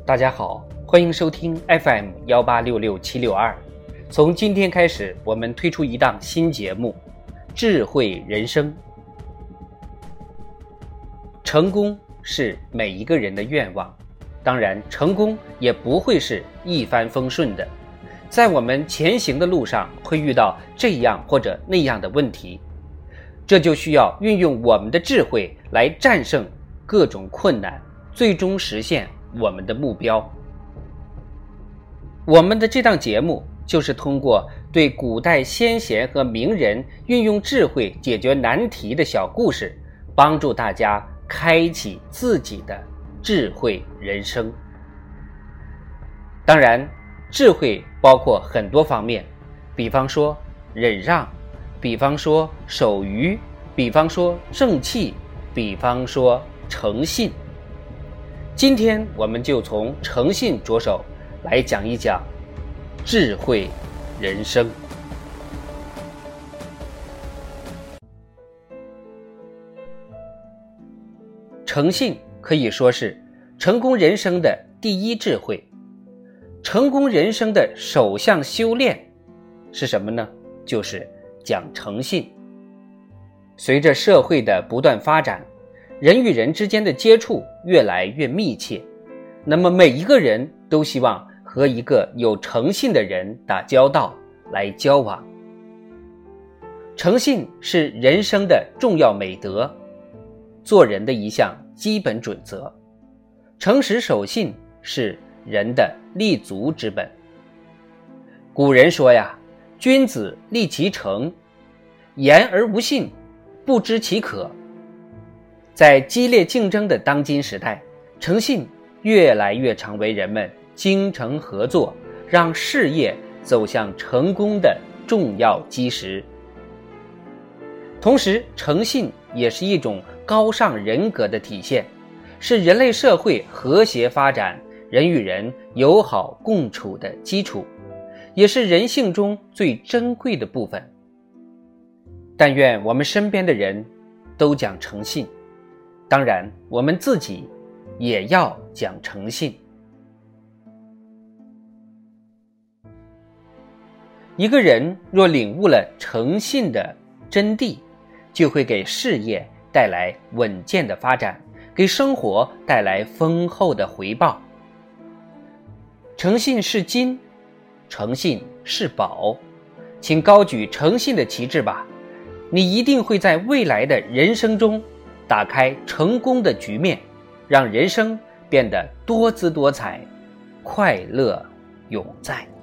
大家好，欢迎收听 FM1866762。从今天开始，我们推出一档新节目《智慧人生》。成功是每一个人的愿望，当然，成功也不会是一帆风顺的。在我们前行的路上，会遇到这样或者那样的问题，这就需要运用我们的智慧来战胜各种困难，最终实现我们的目标。我们的这档节目就是通过对古代先贤和名人运用智慧解决难题的小故事，帮助大家开启自己的智慧人生。当然，智慧包括很多方面，比方说忍让，比方说守愚，比方说正气，比方说诚信。今天我们就从诚信着手来讲一讲智慧人生。诚信可以说是成功人生的第一智慧。成功人生的首项修炼是什么呢？就是讲诚信。随着社会的不断发展，人与人之间的接触越来越密切，那么每一个人都希望和一个有诚信的人打交道，来交往。诚信是人生的重要美德，做人的一项基本准则。诚实守信是人的立足之本。古人说呀，君子立其诚，言而无信，不知其可。在激烈竞争的当今时代，诚信越来越成为人们精诚合作，让事业走向成功的重要基石。同时，诚信也是一种高尚人格的体现，是人类社会和谐发展、人与人友好共处的基础，也是人性中最珍贵的部分。但愿我们身边的人都讲诚信，当然我们自己也要讲诚信。一个人若领悟了诚信的真谛，就会给事业带来稳健的发展，给生活带来丰厚的回报。诚信是金，诚信是宝，请高举诚信的旗帜吧，你一定会在未来的人生中打开成功的局面，让人生变得多姿多彩，快乐永在。